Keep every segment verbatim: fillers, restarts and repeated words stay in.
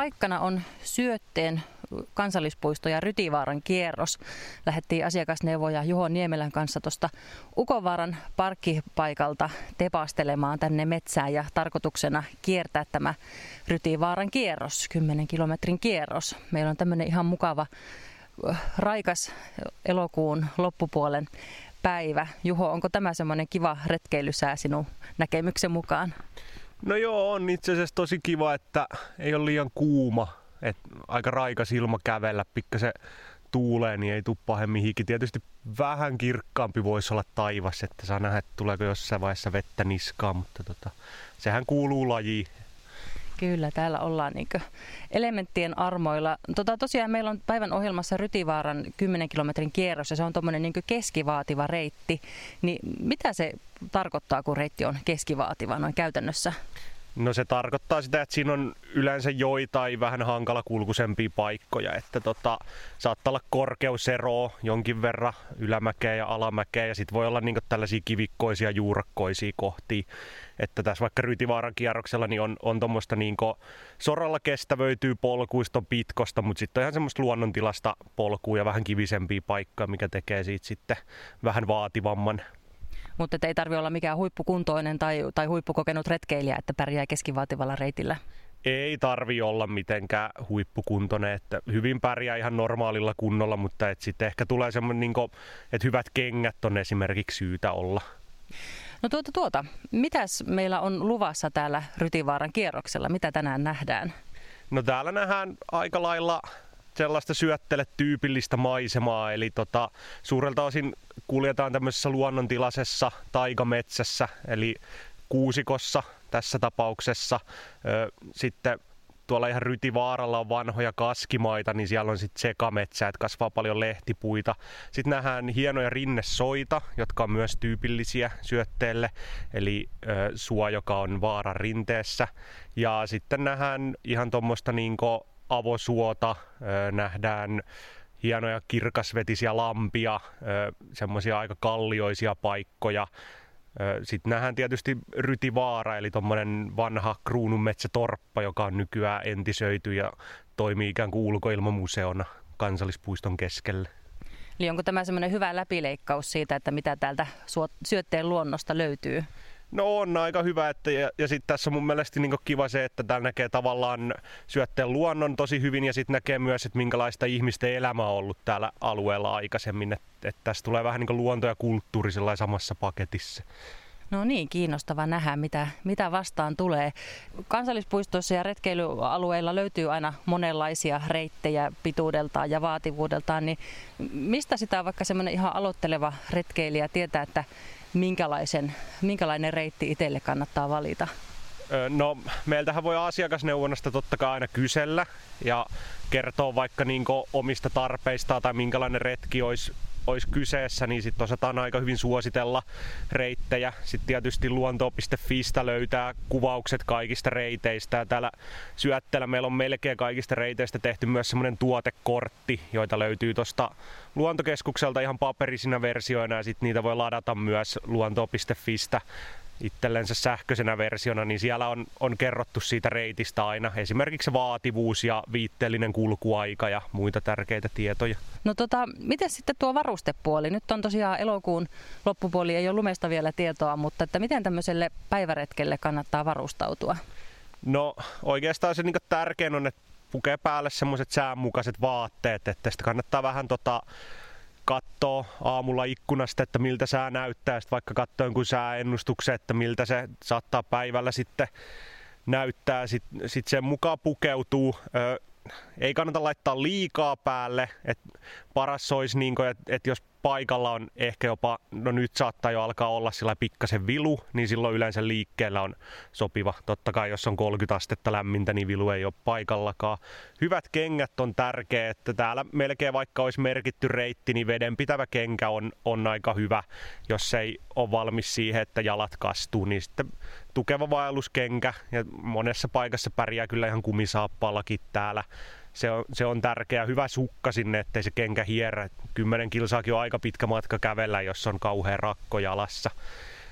paikkana on Syötteen kansallispuisto ja Rytivaaran kierros. Lähdettiin asiakasneuvoja Juho Niemelän kanssa tuosta Ukonvaaran parkkipaikalta tepastelemaan tänne metsään ja tarkoituksena kiertää tämä Rytivaaran kierros, kymmenen kilometrin kierros. Meillä on tämmöinen ihan mukava, raikas elokuun loppupuolen päivä. Juho, onko tämä semmoinen kiva retkeilysää sinun näkemyksen mukaan? No joo, on itse asiassa tosi kiva, että ei ole liian kuuma. Et aika raikas ilma kävellä, pikkasen tuulee, niin ei tule pahemmin hiki. Tietysti vähän kirkkaampi voisi olla taivas, että saa nähdä, että tuleeko jossain vaiheessa vettä niskaan, mutta tota, sehän kuuluu lajiin. Kyllä, täällä ollaan niin elementtien armoilla. Tota, tosiaan meillä on päivän ohjelmassa Rytivaaran kymmenen kilometrin kierros ja se on tuommoinen niin keskivaativa reitti. Niin mitä se tarkoittaa, kun reitti on keskivaativa noin käytännössä? No se tarkoittaa sitä, että siinä on yleensä joitain vähän hankalakulkuisempia paikkoja, että tota, saattaa olla korkeuseroa jonkin verran ylämäkeä ja alamäkeä ja sitten voi olla niinku tällaisia kivikkoisia juurakkoisia kohtia, että tässä vaikka Rytivaaran kierroksella niin on, on tuommoista niinku soralla kestävöityy polkuista pitkosta, mutta sitten on ihan semmoista luonnontilasta polkua ja vähän kivisempiä paikkoja, mikä tekee siitä sitten vähän vaativamman. Mutta ei tarvitse olla mikään huippukuntoinen tai, tai huippukokenut retkeilijä, että pärjää keskivaativalla reitillä. Ei tarvi olla mitenkään huippukuntoinen, että hyvin pärjää ihan normaalilla kunnolla, mutta sitten ehkä tulee semmoinen, niin kuin, että hyvät kengät on esimerkiksi syytä olla. No tuota tuota, mitäs meillä on luvassa täällä Rytivaaran kierroksella? Mitä tänään nähdään? No täällä nähdään aika lailla sellaista Syötteelle tyypillistä maisemaa, eli tota, suurelta osin kuljetaan tämmöisessä luonnontilaisessa taikametsässä, eli kuusikossa tässä tapauksessa. Sitten tuolla ihan Rytivaaralla on vanhoja kaskimaita, niin siellä on sitten sekametsää, että kasvaa paljon lehtipuita. Sitten nähdään hienoja rinnesoita, jotka on myös tyypillisiä Syötteelle, eli suo, joka on vaaran rinteessä. Ja sitten nähdään ihan tuommoista niinku avosuota, nähdään hienoja kirkasvetisiä lampia, semmoisia aika kallioisia paikkoja. Sitten nähdään tietysti Rytivaara, eli tuommoinen vanha kruununmetsätorppa, joka on nykyään entisöity ja toimii ikään kuin ulkoilmamuseona kansallispuiston keskellä. Eli onko tämä semmoinen hyvä läpileikkaus siitä, että mitä täältä Syötteen luonnosta löytyy? No on aika hyvä, että, ja, ja sitten tässä on mun mielestä niin kiva se, että täällä näkee tavallaan Syötteen luonnon tosi hyvin ja sitten näkee myös, että minkälaista ihmisten elämä on ollut täällä alueella aikaisemmin, että, että tässä tulee vähän niin kuin luonto ja kulttuuri samassa paketissa. No niin, kiinnostava nähdä, mitä, mitä vastaan tulee. Kansallispuistoissa ja retkeilyalueilla löytyy aina monenlaisia reittejä pituudeltaan ja vaativuudeltaan, niin mistä sitä vaikka semmoinen ihan aloitteleva retkeilijä tietää, että minkälaisen, minkälainen reitti itselle kannattaa valita? No meiltähän voi asiakasneuvonnasta totta kai aina kysellä ja kertoa vaikka niinku omista tarpeistaan tai minkälainen retki olisi olisi kyseessä, niin sitten osataan aika hyvin suositella reittejä. Sitten tietysti luonto piste fi:stä löytää kuvaukset kaikista reiteistä. Ja täällä Syötteellä meillä on melkein kaikista reiteistä tehty myös semmoinen tuotekortti, joita löytyy tuosta luontokeskukselta ihan paperisina versioina. Ja sitten niitä voi ladata myös luonto piste fi:stä itsellensä sähköisenä versiona, niin siellä on, on kerrottu siitä reitistä aina. Esimerkiksi se vaativuus ja viitteellinen kulkuaika ja muita tärkeitä tietoja. No tota, miten sitten tuo varustepuoli? Nyt on tosiaan elokuun loppupuoli, ei ole lumesta vielä tietoa, mutta että miten tämmöiselle päiväretkelle kannattaa varustautua? No oikeastaan se niin kuin tärkein on, että pukee päälle semmoiset säänmukaiset vaatteet, että sitä kannattaa vähän tota katsoo aamulla ikkunasta, että miltä sää näyttää, sitten vaikka katsoo jonkun sääennustuksen, että miltä se saattaa päivällä sitten näyttää, sitten sit sen mukaan pukeutuu. Ö, ei kannata laittaa liikaa päälle, että paras olisi, niin kuin, että, että jos paikalla on ehkä jopa, no nyt saattaa jo alkaa olla sillä pikkasen vilu, niin silloin yleensä liikkeellä on sopiva. Totta kai jos on kolmekymmentä astetta lämmintä, niin vilu ei ole paikallakaan. Hyvät kengät on tärkeä, että täällä melkein vaikka olisi merkitty reitti, niin vedenpitävä kenkä on, on aika hyvä. Jos ei ole valmis siihen, että jalat kastuu, niin sitten tukeva vaelluskenkä, ja monessa paikassa pärjää kyllä ihan kumisaappaallakin täällä. Se on, se on tärkeä. Hyvä sukka sinne, ettei se kenkä hierrä. Kymmenen kilsaakin on aika pitkä matka kävellä, jos on kauhean rakko jalassa.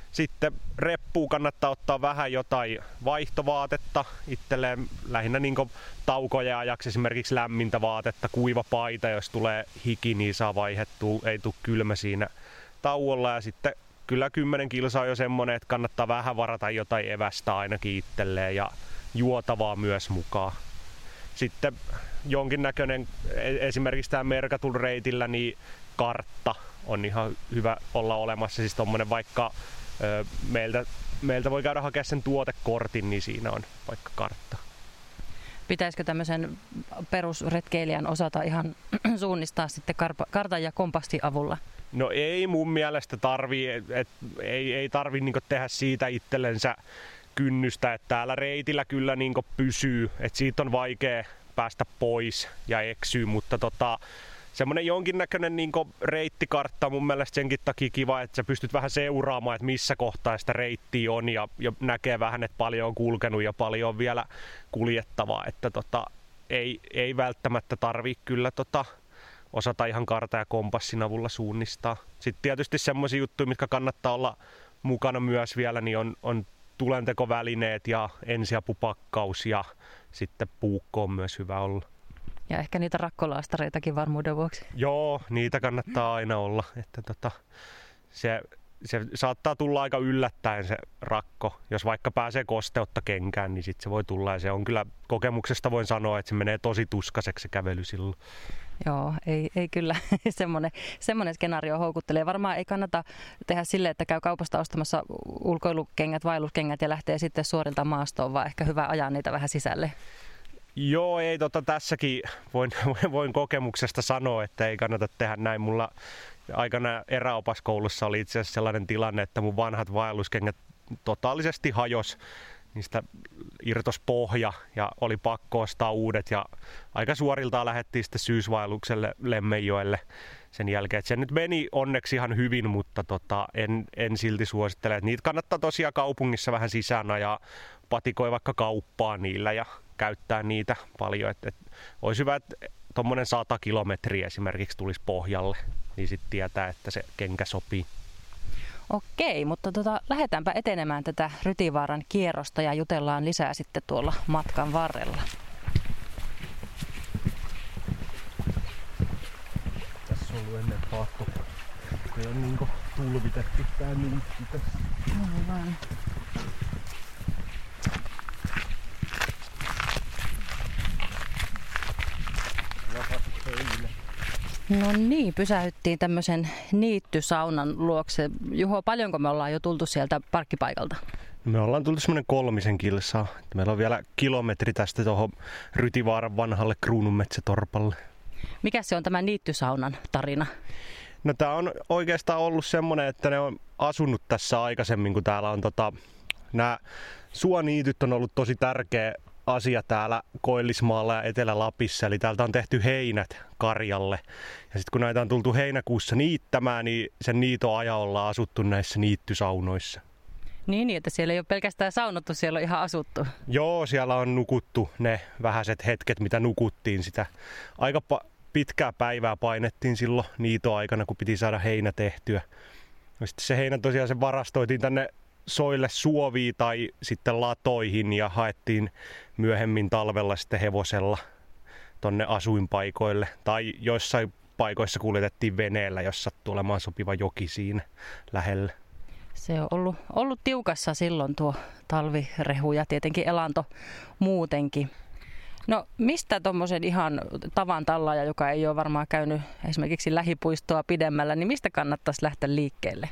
Sitten reppuun kannattaa ottaa vähän jotain vaihtovaatetta itselleen, lähinnä niin taukoja ajaksi esimerkiksi lämmintä vaatetta, kuiva paita, jos tulee hiki, niin saa vaihdettua, ei tule kylmä siinä tauolla. Ja sitten kyllä kymmenen kilsaa on jo semmoinen, että kannattaa vähän varata jotain evästä ainakin itselleen ja juotavaa myös mukaan. Sitten jonkinnäköinen, esimerkiksi tämä Mercatun reitillä, niin kartta on ihan hyvä olla olemassa. Siis tommonen vaikka ö, meiltä, meiltä voi käydä hakea sen tuotekortin, niin siinä on vaikka kartta. Pitäisikö tämmöisen perusretkeilijän osata ihan suunnistaa sitten kartan ja kompassin avulla? No ei mun mielestä tarvii, et, ei, ei tarvi niinku tehdä siitä itsellensä kynnystä, että täällä reitillä kyllä niinku pysyy, että siitä on vaikea päästä pois ja eksyy, mutta tota, semmoinen jonkinnäköinen niinku reittikartta on mun mielestä senkin takia kiva, että sä pystyt vähän seuraamaan, että missä kohtaa sitä reittiä on ja, ja näkee vähän, että paljon on kulkenut ja paljon on vielä kuljettavaa, että tota, ei, ei välttämättä tarvii kyllä tota, osata ihan kartan ja kompassin avulla suunnistaa. Sitten tietysti semmoisia juttuja, mitkä kannattaa olla mukana myös vielä, niin on, on tulentekovälineet ja ensiapupakkaus ja sitten puukko on myös hyvä olla. Ja ehkä niitä rakkolaastareitakin varmuuden vuoksi. Joo, niitä kannattaa aina olla. Että tota, se, se saattaa tulla aika yllättäen se rakko. Jos vaikka pääsee kosteutta kenkään, niin sitten se voi tulla. Ja se on kyllä, kokemuksesta voin sanoa, että se menee tosi tuskaiseksi se kävely silloin. Joo, ei, ei kyllä semmoinen, semmoinen skenaario houkuttelee. Varmaan ei kannata tehdä silleen, että käy kaupasta ostamassa ulkoilukengät, vaelluskengät ja lähtee sitten suorilta maastoon, vaan ehkä hyvä ajaa niitä vähän sisälle. Joo, ei tota tässäkin voin, voin kokemuksesta sanoa, että ei kannata tehdä näin. Mulla aikana eräopaskoulussa oli itse asiassa sellainen tilanne, että mun vanhat vaelluskengät totaalisesti hajos. Niistä irtos pohja ja oli pakko ostaa uudet ja aika suoriltaan lähdettiin sitten syysvaellukselle Lemmenjoelle sen jälkeen. Et se nyt meni onneksi ihan hyvin, mutta tota, en, en silti suosittele. Et niitä kannattaa tosiaan kaupungissa vähän sisään ja patikoi vaikka kauppaa niillä ja käyttää niitä paljon. Et, et, olisi hyvä, että tuommoinen sata kilometriä esimerkiksi tulisi pohjalle, niin sitten tietää, että se kenkä sopii. Okei, mutta tota, lähdetäänpä etenemään tätä Rytivaaran kierrosta ja jutellaan lisää sitten tuolla matkan varrella. Tässä on ollut ennen paakko. Se on niinku tulvitettu tää niitti tässä. Aivan. No niin, pysähyttiin tämmöisen niittysaunan luokse. Juho, paljonko me ollaan jo tultu sieltä parkkipaikalta? Me ollaan tultu semmoinen kolmisen kilsaa. Meillä on vielä kilometri tästä tuohon Rytivaaran vanhalle Kruununmetsätorpalle. Mikä se on tämä niittysaunan tarina? No tää on oikeastaan ollut semmoinen, että ne on asunut tässä aikaisemmin, kun täällä on tota... Nämä suoniityt on ollut tosi tärkeä asia täällä Koillismaalla ja Etelä-Lapissa, eli täältä on tehty heinät karjalle. Ja sitten kun näitä on tultu heinäkuussa niittämään, niin sen niiton ajan ollaan asuttu näissä niittysaunoissa. Niin, niin, että siellä ei ole pelkästään saunottu, siellä on ihan asuttu. Joo, siellä on nukuttu ne vähäiset hetket, mitä nukuttiin sitä. Aika pa- pitkää päivää painettiin silloin niitoaikana, kun piti saada heinä tehtyä. Ja sitten se heinä tosiaan se varastoitiin tänne soille suoviin tai sitten latoihin ja haettiin myöhemmin talvella sitten hevosella tonne asuinpaikoille. Tai joissain paikoissa kuljetettiin veneellä, jos sattui olemaan sopiva joki siinä lähellä. Se on ollut, ollut tiukassa silloin tuo talvirehu ja tietenkin elanto muutenkin. No mistä tuommoisen ihan tavan tallaaja, joka ei ole varmaan käynyt esimerkiksi lähipuistoa pidemmällä, niin mistä kannattaisi lähteä liikkeelle?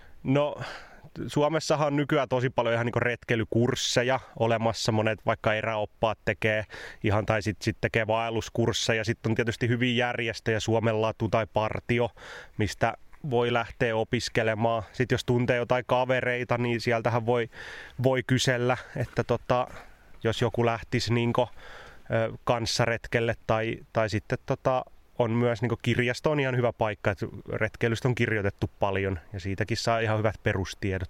No Suomessahan on nykyään tosi paljon ihan niin retkeilykursseja olemassa. Monet vaikka eräoppaat tekee ihan tai sitten sit tekee vaelluskursseja. Sitten on tietysti hyviä järjestöjä, Suomen Latu tai Partio, mistä voi lähteä opiskelemaan. Sitten jos tuntee jotain kavereita, niin sieltähän voi, voi kysellä, että tota, jos joku lähtisi niinku, ö, kanssaretkelle tai, tai sitten tota, on myös niin kirjasto on ihan hyvä paikka, että retkeilystä on kirjoitettu paljon ja siitäkin saa ihan hyvät perustiedot.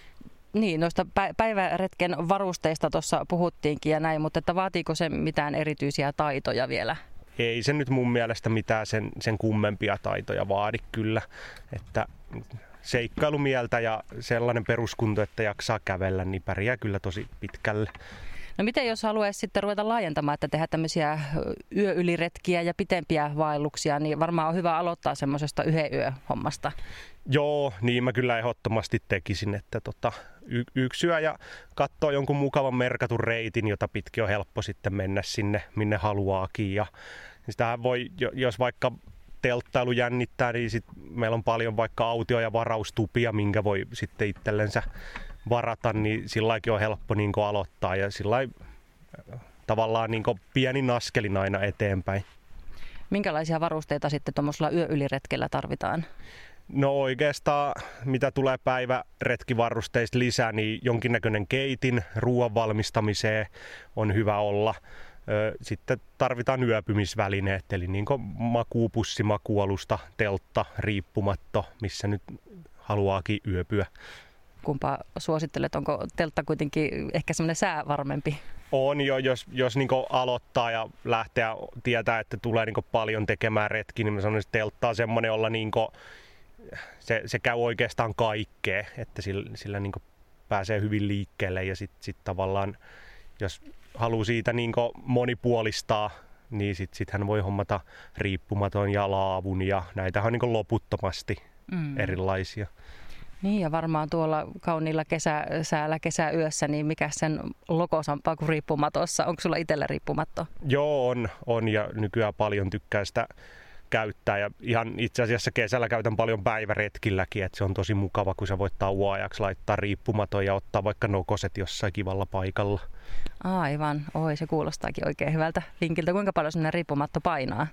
Niin, noista päiväretken varusteista tuossa puhuttiinkin ja näin, mutta että vaatiiko se mitään erityisiä taitoja vielä? Ei se nyt mun mielestä mitään sen, sen kummempia taitoja vaadi kyllä, että seikkailumieltä ja sellainen peruskunto, että jaksaa kävellä, niin pärjää kyllä tosi pitkälle. No miten jos haluaisi sitten ruveta laajentamaan, että tehdä tämmöisiä yöyliretkiä ja pitempiä vaelluksia, niin varmaan on hyvä aloittaa semmoisesta yhden yö hommasta. Joo, niin mä kyllä ehdottomasti tekisin, että tota, y- yksi yö ja katsoo jonkun mukavan merkatun reitin, jota pitkin on helppo sitten mennä sinne, minne haluaakin. Ja sitähän voi, jos vaikka telttailu jännittää, niin sit meillä on paljon vaikka autio- ja varaustupia, minkä voi sitten itsellensä varata, niin silläkin on helppo niin kuin aloittaa ja sillä tavallaan niin kuin pienin askelin aina eteenpäin. Minkälaisia varusteita sitten tuommoisella yöyliretkellä tarvitaan? No oikeastaan, mitä tulee päiväretkivarusteista lisää, niin jonkinnäköinen keitin ruoan valmistamiseen on hyvä olla. Sitten tarvitaan yöpymisvälineet, eli niin kuin makuupussi, makualusta, teltta, riippumatto, missä nyt haluaakin yöpyä. Kumpa suosittelet? Onko teltta kuitenkin ehkä semmoinen säävarmempi? On jo, jos, jos niin aloittaa ja lähtee ja tietää, että tulee niin paljon tekemään retki, niin mä sanoisin, että teltta on semmoinen, jolla niin se, se käy oikeastaan kaikkea, että sillä, sillä niin pääsee hyvin liikkeelle ja sitten sit tavallaan, jos haluaa siitä niin monipuolistaa, niin sitten sit hän voi hommata riippumaton ja laavun ja näitähän on niin loputtomasti mm. erilaisia. Niin ja varmaan tuolla kauniilla kesäsäällä kesäyössä, niin mikä sen lokosampaa kuin riippumatossa? Onko sulla itsellä riippumatto? Joo, on, on ja nykyään paljon tykkää sitä käyttää ja ihan itse asiassa kesällä käytän paljon päiväretkilläkin, että se on tosi mukava, kun sä voit tauoajaksi laittaa riippumaton ja ottaa vaikka nokoset jossain kivalla paikalla. Aivan, oi se kuulostaakin oikein hyvältä vinkiltä. Kuinka paljon sellainen riippumatto painaa?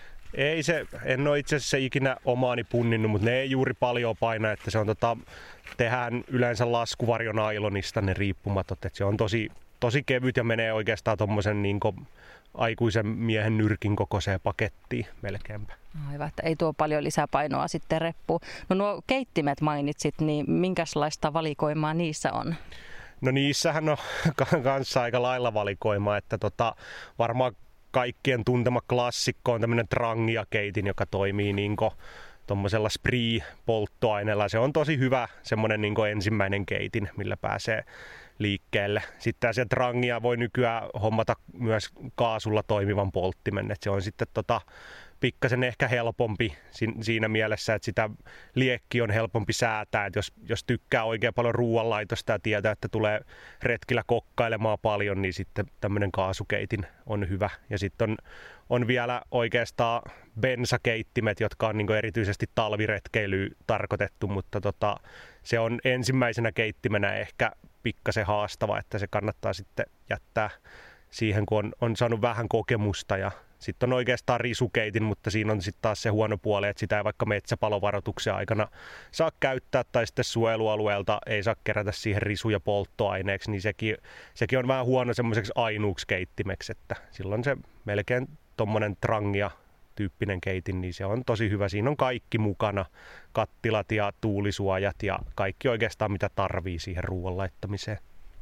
Ei se, en ole itse asiassa ikinä omaani punninnut, mutta ne ei juuri paljon paina, että se on tota, tehdään yleensä laskuvarjonailonista ne riippumatot, että se on tosi, tosi kevyt ja menee oikeastaan tommosen niin kuin aikuisen miehen nyrkin kokoiseen pakettiin melkeinpä. Aivan, että ei tuo paljon lisäpainoa sitten reppuun. No nuo keittimet mainitsit, niin minkälaista valikoimaa niissä on? No niissähän on kanssa aika lailla valikoimaa, että tota, varmaan kaikkien tuntema klassikko on tämmöinen Trangia-keitin, joka toimii niinku tuommoisella spree-polttoaineella. Se on tosi hyvä semmoinen niinku ensimmäinen keitin, millä pääsee liikkeelle. Sitten se Trangia voi nykyään hommata myös kaasulla toimivan polttimen. Et se on sitten tota, pikkasen ehkä helpompi siinä mielessä, että sitä liekki on helpompi säätää. Et jos, jos tykkää oikein paljon ruoanlaitosta ja tietää, että tulee retkillä kokkailemaan paljon, niin sitten tämmöinen kaasukeitin on hyvä. Ja sitten on, on vielä oikeastaan bensakeittimet, jotka on niinku erityisesti talviretkeilyyn tarkoitettu, mutta tota, se on ensimmäisenä keittimenä ehkä pikkasen haastava, että se kannattaa sitten jättää siihen, kun on, on saanut vähän kokemusta. Ja sitten on oikeastaan risukeitin, mutta siinä on sitten taas se huono puoli, että sitä ei vaikka metsäpalovaroituksen aikana saa käyttää tai sitten suojelualueelta ei saa kerätä siihen risuja polttoaineeksi, niin sekin, sekin on vähän huono semmoiseksi ainuuksi keittimeksi, että silloin se melkein tommonen Trangia tyyppinen keitin, niin se on tosi hyvä. Siinä on kaikki mukana, kattilat ja tuulisuojat ja kaikki oikeastaan mitä tarvii siihen ruoan laittamiseen.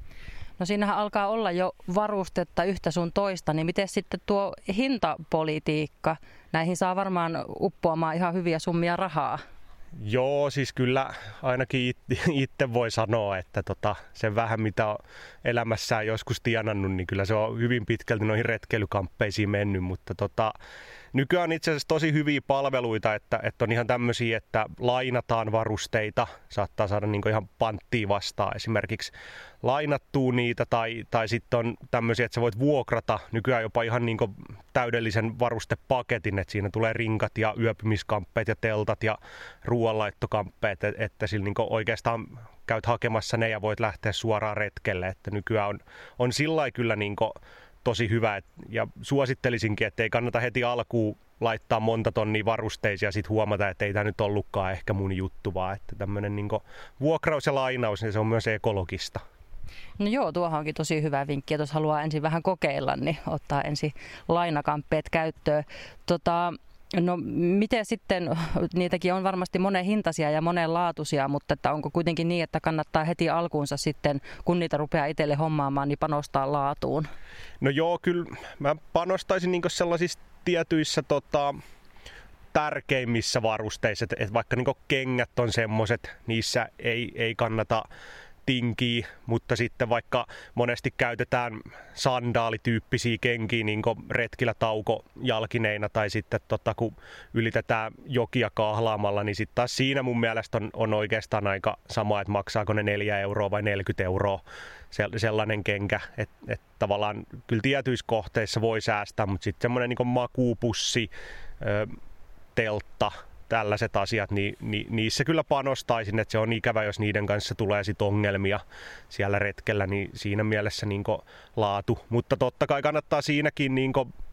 No siinähän alkaa olla jo varustetta yhtä sun toista, niin miten sitten tuo hintapolitiikka? Näihin saa varmaan uppoamaan ihan hyviä summia rahaa. Joo, siis kyllä ainakin itse voi sanoa, että tota, sen vähän mitä on elämässään joskus tienannut, niin kyllä se on hyvin pitkälti noihin retkeilykamppeisiin mennyt, mutta tota, nykyään on itse asiassa tosi hyviä palveluita, että, että on ihan tämmöisiä, että lainataan varusteita, saattaa saada niin kuin ihan panttia vastaan esimerkiksi lainattua niitä, tai, tai sitten on tämmöisiä, että sä voit vuokrata nykyään jopa ihan niin kuin täydellisen varustepaketin, että siinä tulee rinkat ja yöpymiskamppeet ja teltat ja ruoanlaittokamppeet, että, että sillä niin kuin oikeastaan käyt hakemassa ne ja voit lähteä suoraan retkelle, että nykyään on, on sillä lailla kyllä niin kuin tosi hyvä, ja suosittelisinkin, että ei kannata heti alkuun laittaa monta tonnia varusteisia ja sitten huomata, että ei tämä nyt ollutkaan ehkä mun juttu, vaan että tämmöinen niin kuin vuokraus ja lainaus, niin se on myös ekologista. No joo, tuohon onkin tosi hyvä vinkki, että jos haluaa ensin vähän kokeilla, niin ottaa ensin lainakamppeet käyttöön. Tota, no miten sitten, niitäkin on varmasti monen hintaisia ja monen laatuisia, mutta että onko kuitenkin niin, että kannattaa heti alkuunsa sitten, kun niitä rupeaa itselle hommaamaan, niin panostaa laatuun? No joo, kyllä mä panostaisin niin sellaisissa tietyissä tota, tärkeimmissä varusteissa, että et vaikka niinku kengät on semmoiset, niissä ei, ei kannata tinkiä, mutta sitten vaikka monesti käytetään sandaalityyppisiä kenkiä niin retkillä taukojalkineina tai sitten tota, kun ylitetään jokia kahlaamalla, niin sitten taas siinä mun mielestä on, on oikeastaan aika sama, että maksaako ne neljä euroa vai neljäkymmentä euroa sellainen kenkä, että et tavallaan kyllä tietyissä kohteissa voi säästää, mutta sitten semmoinen niin makuupussi, ö, teltta, tällaiset asiat, niin, niin niissä kyllä panostaisin, että se on ikävä, jos niiden kanssa tulee sit ongelmia siellä retkellä, niin siinä mielessä niin laatu. Mutta totta kai kannattaa siinäkin niin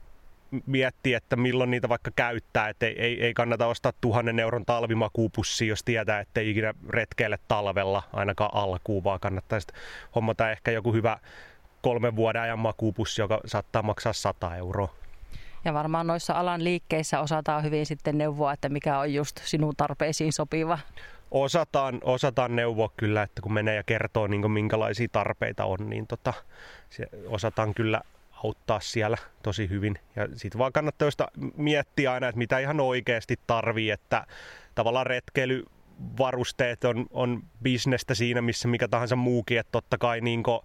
miettiä, että milloin niitä vaikka käyttää, että ei, ei, ei kannata ostaa tuhannen euron talvimakuupussia, jos tietää, että ei ikinä retkeille talvella ainakaan alkuun, vaan kannattaa hommata ehkä joku hyvä kolmen vuoden ajan makuupussi, joka saattaa maksaa sata euroa. Ja varmaan noissa alan liikkeissä osataan hyvin sitten neuvoa, että mikä on just sinun tarpeisiin sopiva. Osataan, osataan neuvoa kyllä, että kun menee ja kertoo niin minkälaisia tarpeita on, niin tota, osataan kyllä auttaa siellä tosi hyvin. Ja sitten vaan kannattaa miettiä aina, että mitä ihan oikeasti tarvii, että tavallaan retkeilyvarusteet on, on bisnestä siinä, missä mikä tahansa muukin, että totta kai niin kuin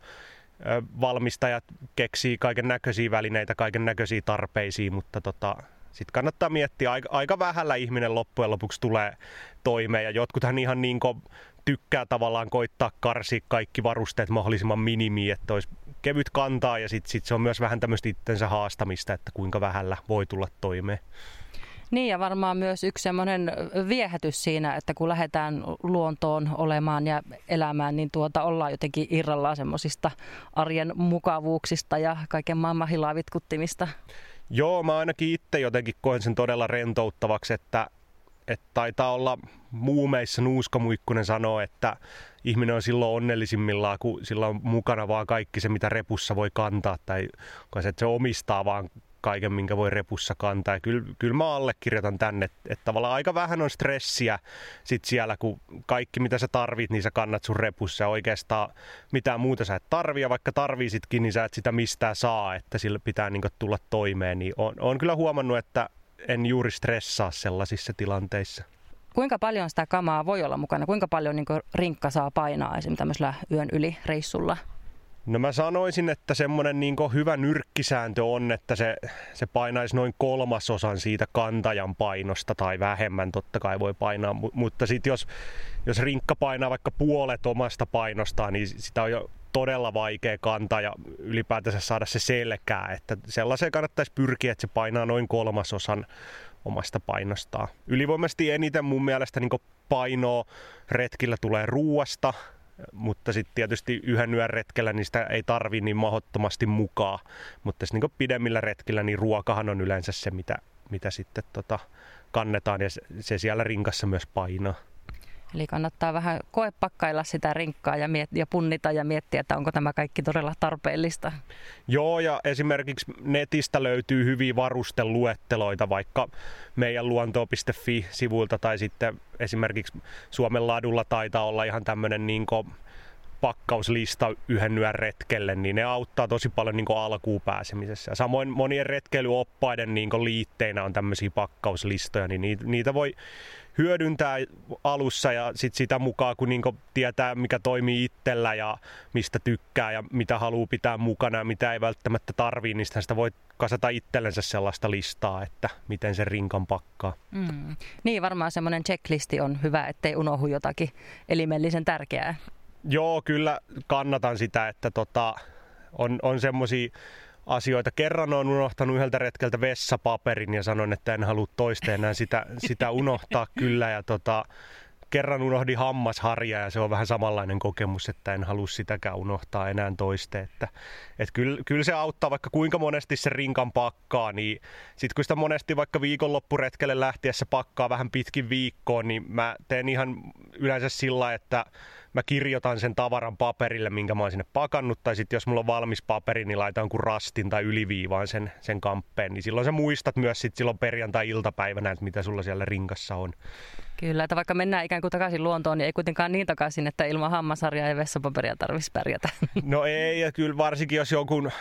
valmistajat keksii kaiken näköisiä välineitä, kaiken näköisiä tarpeisiin, mutta tota, sitten kannattaa miettiä, aika, aika vähällä ihminen loppujen lopuksi tulee toimeen, ja jotkuthan ihan niin kuin tykkää tavallaan koittaa karsia kaikki varusteet mahdollisimman minimiin, että olisi kevyt kantaa, ja sitten sit se on myös vähän tämmöistä itsensä haastamista, että kuinka vähällä voi tulla toimeen. Niin, ja varmaan myös yksi semmoinen viehätys siinä, että kun lähdetään luontoon olemaan ja elämään, niin tuota ollaan jotenkin irrallaan semmoisista arjen mukavuuksista ja kaiken maailman hilavitkuttimista. Joo, mä ainakin itse jotenkin koen sen todella rentouttavaksi, että, että taitaa olla muumeissa Nuuska Muikkunen sanoo, että ihminen on silloin onnellisimmillaan, kun sillä on mukana vaan kaikki se, mitä repussa voi kantaa, tai kun se, että se omistaa vaan kaiken, minkä voi repussa kantaa. Ja kyllä, kyllä mä allekirjoitan tänne, että, että tavallaan aika vähän on stressiä sit siellä, kun kaikki mitä sä tarvit, niin sä kannat sun repussa. Ja oikeastaan mitään muuta sä et tarvii, ja vaikka tarviisitkin, niin sä et sitä mistään saa, että sillä pitää niin kuin tulla toimeen. Niin on, on kyllä huomannut, että en juuri stressaa sellaisissa tilanteissa. Kuinka paljon sitä kamaa voi olla mukana? Kuinka paljon niin kuin rinkka saa painaa esimerkiksi tämmöisellä yön yli reissulla? No mä sanoisin, että semmoinen niin kuin hyvä nyrkkisääntö on, että se, se painaisi noin kolmasosan siitä kantajan painosta tai vähemmän, totta kai voi painaa, mutta sitten jos, jos rinkka painaa vaikka puolet omasta painostaan, niin sitä on jo todella vaikea kantaa ja ylipäätänsä saada se selkää, että sellaiseen kannattaisi pyrkiä, että se painaa noin kolmasosan omasta painostaan. Ylivoimaisesti eniten mun mielestä niin kuin painoa retkillä tulee ruuasta, mutta sitten tietysti yhden yön retkellä niin sitä ei tarvitse niin mahdottomasti mukaan. Mutta niin pidemmillä retkillä niin ruokahan on yleensä se, mitä, mitä sitten tota kannetaan, ja se, se siellä rinkassa myös painaa. Eli kannattaa vähän koepakkailla sitä rinkkaa ja, miet- ja punnita ja miettiä, että onko tämä kaikki todella tarpeellista. Joo, ja esimerkiksi netistä löytyy hyviä varusteluetteloita vaikka meidän luonto piste fi-sivuilta, tai sitten esimerkiksi Suomen ladulla taitaa olla ihan tämmöinen niin kuin pakkauslista yhden yön retkelle, niin ne auttaa tosi paljon niin kuin alkuun pääsemisessä. Ja samoin monien retkeilyoppaiden niin kuin liitteinä on tämmöisiä pakkauslistoja, niin niitä voi hyödyntää alussa, ja sit sitä mukaan, kun niin kuin tietää, mikä toimii itsellä ja mistä tykkää ja mitä haluaa pitää mukana ja mitä ei välttämättä tarvii, niin sitä voi kasata itsellensä sellaista listaa, että miten sen rinkan pakkaa. Mm. Niin, varmaan semmoinen checklisti on hyvä, ettei unohdu jotakin elimellisen tärkeää. Joo, kyllä kannatan sitä, että tota, on, on semmoisia asioita. Kerran olen unohtanut yhdeltä retkeltä vessapaperin ja sanon, että en halua toista enää sitä, sitä unohtaa kyllä. Ja tota, kerran unohdin hammasharja ja se on vähän samanlainen kokemus, että en halua sitäkään unohtaa enää toiste. Että, et kyllä, kyllä se auttaa, vaikka kuinka monesti se rinkan pakkaa, niin sitten kun sitä monesti vaikka viikonloppuretkelle lähtiessä pakkaa vähän pitkin viikkoon, niin mä teen ihan yleensä sillä, että mä kirjoitan sen tavaran paperille, minkä mä oon sinne pakannut, tai sitten jos mulla on valmis paperi, niin laitan kun rastin tai yliviivaan sen, sen kamppeen, niin silloin sä muistat myös sit silloin perjantai-iltapäivänä, että mitä sulla siellä rinkassa on. Kyllä, että vaikka mennään ikään kuin takaisin luontoon, niin ei kuitenkaan niin takaisin, että ilman hammasharjaa ja vessapaperia tarvitsisi pärjätä. No ei, ja kyllä varsinkin jos jonkun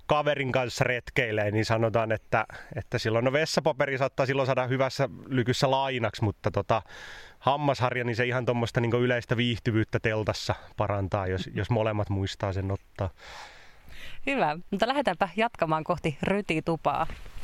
kaverin kanssa retkeilee, niin sanotaan, että, että silloin no vessapaperi saattaa silloin saada hyvässä lykyssä lainaksi, mutta tota, hammasharja, niin se ihan tuommoista niin yleistä viihtyvyyttä teltassa parantaa, jos, jos molemmat muistaa sen ottaa. Hyvä, mutta lähdetäänpä jatkamaan kohti rytitupaa.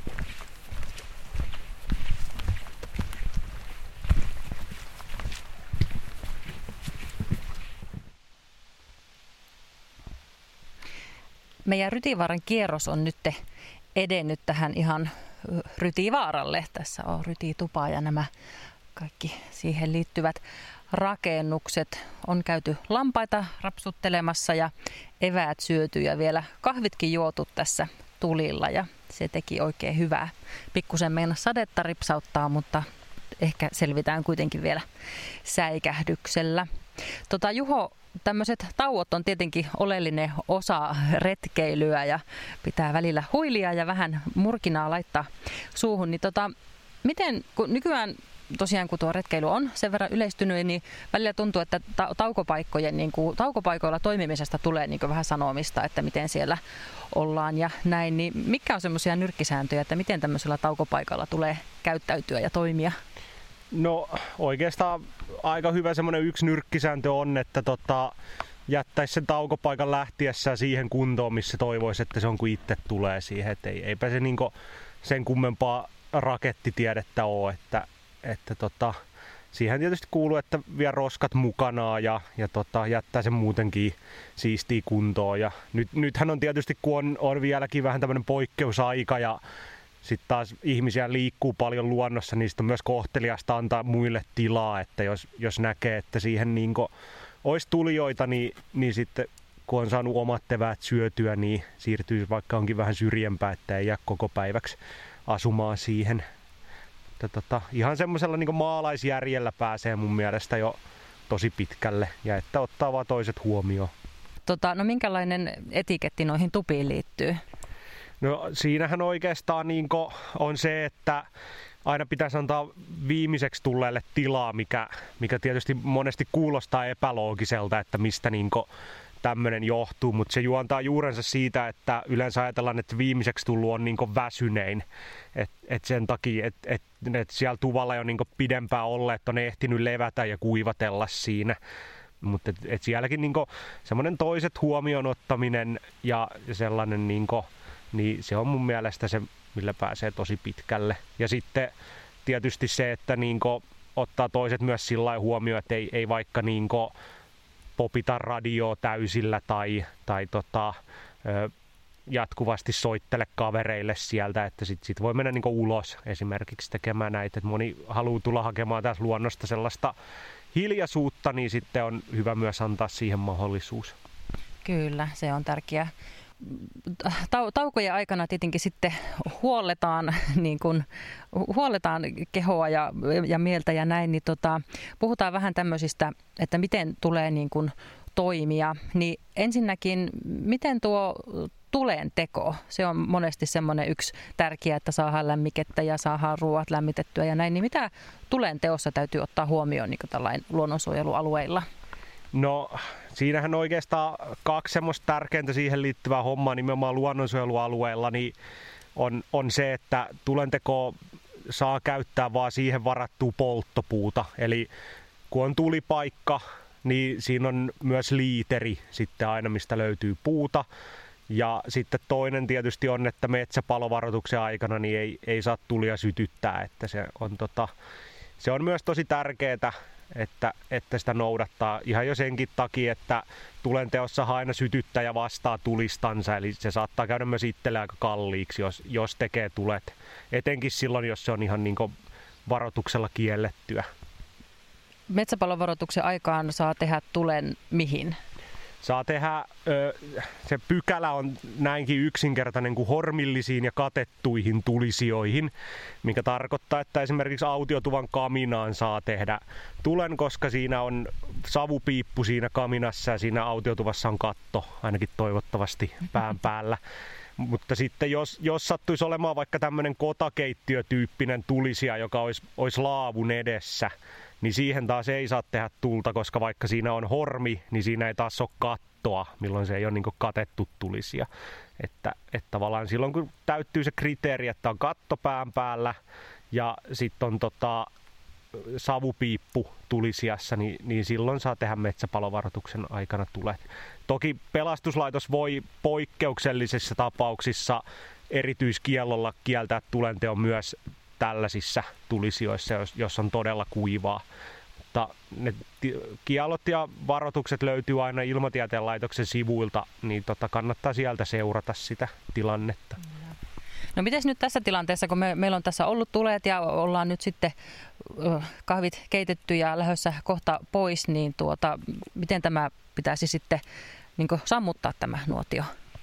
Meidän Rytivaaran kierros on nyt edennyt tähän ihan Rytivaaralle. Tässä on Rytitupa ja nämä kaikki siihen liittyvät rakennukset. On käyty lampaita rapsuttelemassa ja eväät syöty ja vielä kahvitkin juotu tässä tulilla ja se teki oikein hyvää. Pikkusen meinasi sadetta ripsauttaa, mutta ehkä selvitään kuitenkin vielä säikähdyksellä. Tota, Juho, tämmöiset tauot on tietenkin oleellinen osa retkeilyä ja pitää välillä huilia ja vähän murkinaa laittaa suuhun. Niin tota, miten, kun nykyään tosiaan kun tuo retkeily on sen verran yleistynyt, niin välillä tuntuu, että ta- taukopaikkojen, niin kuin, taukopaikoilla toimimisesta tulee niin kuin vähän sanomista, että miten siellä ollaan ja näin. Niin mikä on semmoisia nyrkkisääntöjä, että miten tämmöisellä taukopaikalla tulee käyttäytyä ja toimia? No oikeastaan aika hyvä semmoinen yksi nyrkkisääntö on, että tota, jättäisi sen taukopaikan lähtiessään siihen kuntoon, missä toivoisi, että se on kun itse tulee siihen. Et ei, eipä se niinku sen kummempaa rakettitiedettä ole, että, että tota, siihen tietysti kuuluu, että vie roskat mukanaan ja, ja tota, jättää sen muutenkin siistiin kuntoon. Ja nyt, nythän on tietysti, kun on, on vieläkin vähän tämmöinen poikkeusaika ja sitten taas ihmisiä liikkuu paljon luonnossa, niin on myös kohteliasta antaa muille tilaa, että jos, jos näkee, että siihen niin olisi tulijoita, niin, niin sitten kun on saanut omat eväät syötyä, niin siirtyy vaikka onkin vähän syrjempää, että ei jää koko päiväksi asumaan siihen. Että tota, ihan semmoisella niin maalaisjärjellä pääsee mun mielestä jo tosi pitkälle ja että ottaa vaan toiset huomioon. Tota, no minkälainen etiketti noihin tupiin liittyy? No siinähän oikeastaan niin on se, että aina pitäisi antaa viimeiseksi tulleelle tilaa, mikä, mikä tietysti monesti kuulostaa epäloogiselta, että mistä niin tämmöinen johtuu, mutta se juontaa juurensa siitä, että yleensä ajatellaan, että viimeiseksi tullut on niin väsynein, että et sen takia, että et, et siellä tuvalla jo niin pidempään olleet on ehtinyt levätä ja kuivatella siinä. Mutta et, et sielläkin niin semmoinen toiset huomioon ottaminen ja sellainen niin kuin, niin se on mun mielestä se, millä pääsee tosi pitkälle. Ja sitten tietysti se, että niinku ottaa toiset myös sillä lailla huomioon, että ei, ei vaikka niinku popita radioa täysillä tai, tai tota, ö, jatkuvasti soittele kavereille sieltä, että sit, sit voi mennä niinku ulos esimerkiksi tekemään näitä. Et moni haluaa tulla hakemaan tässä luonnosta sellaista hiljaisuutta, niin sitten on hyvä myös antaa siihen mahdollisuus. Kyllä, se on tärkeää. Taukojen aikana tietenkin sitten huolletaan, niin kuin, huolletaan kehoa ja, ja mieltä ja näin, niin tota, puhutaan vähän tämmöisistä, että miten tulee niin kuin toimia. Niin ensinnäkin, miten tuo tulen teko, se on monesti semmoinen yksi tärkeä, että saadaan lämmikettä ja saadaan ruoat lämmitettyä ja näin, niin mitä tulen teossa täytyy ottaa huomioon niin kuin tällainen luonnonsuojelualueilla? No siinähän oikeastaan kaksi semmoista tärkeintä siihen liittyvää hommaa nimenomaan luonnonsuojelualueella niin on, on se, että tulenteko saa käyttää vaan siihen varattua polttopuuta. Eli kun on tulipaikka, niin siinä on myös liiteri sitten aina, mistä löytyy puuta. Ja sitten toinen tietysti on, että metsäpalovaroituksen aikana niin ei, ei saa tulia sytyttää. Että se, on tota, se on myös tosi tärkeää. Että, että sitä noudattaa ihan jo senkin takia, että tulenteossa aina sytyttäjä vastaa tulistansa, eli se saattaa käydä myös itselle aika kalliiksi, jos, jos tekee tulet, etenkin silloin, jos se on ihan niin kuin varoituksella kiellettyä. Metsäpalovaroituksen aikaan saa tehdä tulen mihin? Saa tehdä, se pykälä on näinkin yksinkertainen kuin hormillisiin ja katettuihin tulisijoihin, mikä tarkoittaa, että esimerkiksi autiotuvan kaminaan saa tehdä tulen, koska siinä on savupiippu siinä kaminassa ja siinä autiotuvassa on katto, ainakin toivottavasti pään päällä. Mutta sitten jos, jos sattuisi olemaan vaikka tämmöinen kotakeittiötyyppinen tulisija, joka olisi, olisi laavun edessä, niin siihen taas ei saa tehdä tulta, koska vaikka siinä on hormi, niin siinä ei taas ole kattoa. kattoa, milloin se ei ole niin kuin katettu tulisia. Että, että tavallaan silloin kun täyttyy se kriteeri, että on katto pään päällä ja sitten on tota, savupiippu tulisiassa, niin, niin silloin saa tehdä metsäpalovaroituksen aikana tulet. Toki pelastuslaitos voi poikkeuksellisissa tapauksissa erityiskiellolla kieltää tulenteon myös tällaisissa tulisijoissa, jos, jos on todella kuivaa. Mutta ne kiellot ja varoitukset löytyy aina Ilmatieteen laitoksen sivuilta, niin tota kannattaa sieltä seurata sitä tilannetta. No mites nyt tässä tilanteessa, kun me, meillä on tässä ollut tulet ja ollaan nyt sitten kahvit keitetty ja lähdössä kohta pois, niin tuota, miten tämä pitäisi sitten niin kuin sammuttaa tämä nuotio?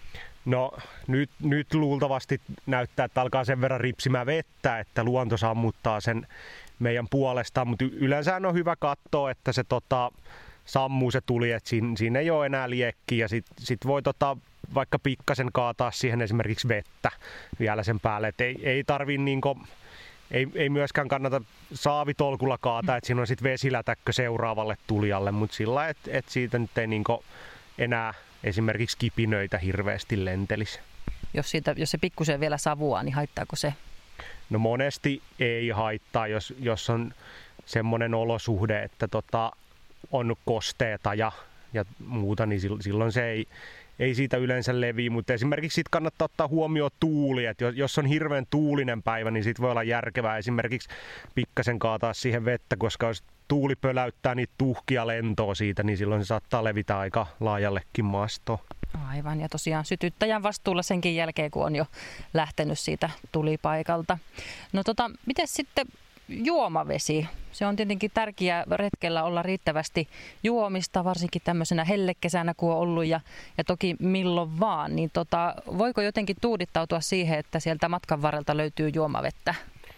No nyt, nyt luultavasti näyttää, että alkaa sen verran ripsimään vettä, että luonto sammuttaa sen meidän puolestaan, mutta yleensä on hyvä katsoa, että se tota, sammuu se tuli, että siinä, siinä ei ole enää liekkiä ja sitten sit voi tota, vaikka pikkasen kaataa siihen esimerkiksi vettä vielä sen päälle, että ei, ei tarvii niinku, ei, ei myöskään kannata saavitolkulla kaataa, että siinä on sitten vesilätäkkö seuraavalle tulijalle, mutta sillä että et siitä nyt ei niinku enää esimerkiksi kipinöitä hirveästi lentelisi. Jos, siitä, jos se pikkusen vielä savuaa, niin haittaako se? No monesti ei haittaa, jos, jos on semmoinen olosuhde, että tota, on kosteeta ja, ja muuta, niin silloin se ei, ei siitä yleensä leviä. Mutta esimerkiksi sit kannattaa ottaa huomioon tuuli, että jos on hirveän tuulinen päivä, niin sit voi olla järkevää esimerkiksi pikkasen kaataa siihen vettä, koska jos tuuli pöläyttää niitä tuhkia lentoa siitä, niin silloin se saattaa levitä aika laajallekin maastoon. Aivan, ja tosiaan sytyttäjän vastuulla senkin jälkeen, kun on jo lähtenyt siitä tulipaikalta. No tota, miten sitten juomavesi? Se on tietenkin tärkeää retkellä olla riittävästi juomista, varsinkin tämmöisenä hellekesänä, kun on ollut, ja, ja toki milloin vaan. Niin tota, voiko jotenkin tuudittautua siihen, että sieltä matkan varrelta löytyy juomavettä?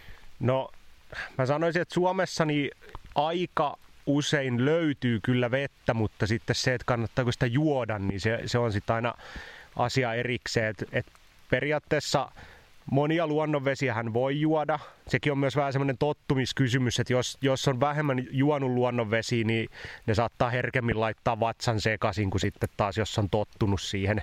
No, mä sanoisin, että Suomessa niin aika usein löytyy kyllä vettä, mutta sitten se, että kannattaako sitä juoda, niin se, se on sitten aina asia erikseen. Et, et periaatteessa monia luonnonvesiähän voi juoda. Sekin on myös vähän semmoinen tottumiskysymys, että jos, jos on vähemmän juonut luonnonvesiä, niin ne saattaa herkemmin laittaa vatsan sekaisin kuin sitten taas, jos on tottunut siihen.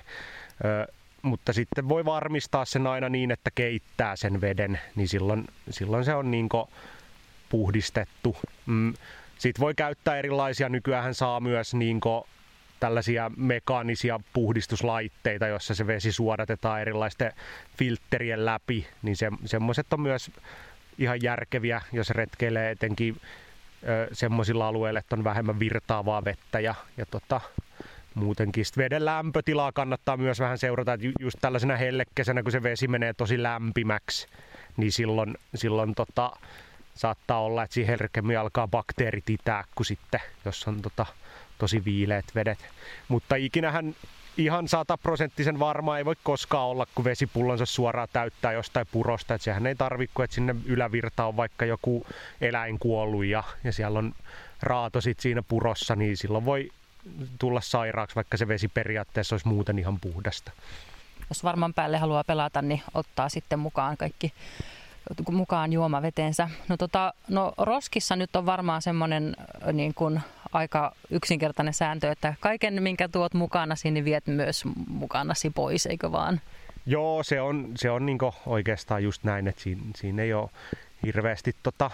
Ö, mutta sitten voi varmistaa sen aina niin, että keittää sen veden, niin silloin, silloin se on niinku puhdistettu. Mm. Sitten voi käyttää erilaisia, nykyään saa myös niinku tällaisia mekaanisia puhdistuslaitteita, jossa se vesi suodatetaan erilaisten filtterien läpi, niin se, semmoiset on myös ihan järkeviä, jos retkeilee etenkin semmoisilla alueilla, että on vähemmän virtaavaa vettä ja, ja tota, muutenkin. Sitten veden lämpötilaa kannattaa myös vähän seurata, että just tällaisena hellekesänä, kun se vesi menee tosi lämpimäksi, niin silloin, silloin tota, saattaa olla, että siinä herkemmin alkaa bakteerit itää kuin sitten, jos on tota, tosi viileät vedet. Mutta ikinähän ihan sataprosenttisen varmaa ei voi koskaan olla, kun vesipullonsa suoraan täyttää jostain purosta. Että sehän ei tarvitse, kun että sinne ylävirta on vaikka joku eläin kuollut ja, ja siellä on raato sit siinä purossa, niin silloin voi tulla sairaaksi, vaikka se vesi periaatteessa olisi muuten ihan puhdasta. Jos varman päälle haluaa pelata, niin ottaa sitten mukaan kaikki mukaan juomavetensä. No, tota, no roskissa nyt on varmaan semmoinen niin kuin aika yksinkertainen sääntö, että kaiken minkä tuot mukanasi, niin viet myös mukanasi pois, eikö vaan? Joo, se on, se on niin kuin oikeastaan just näin, että siinä, siinä ei ole hirveästi tota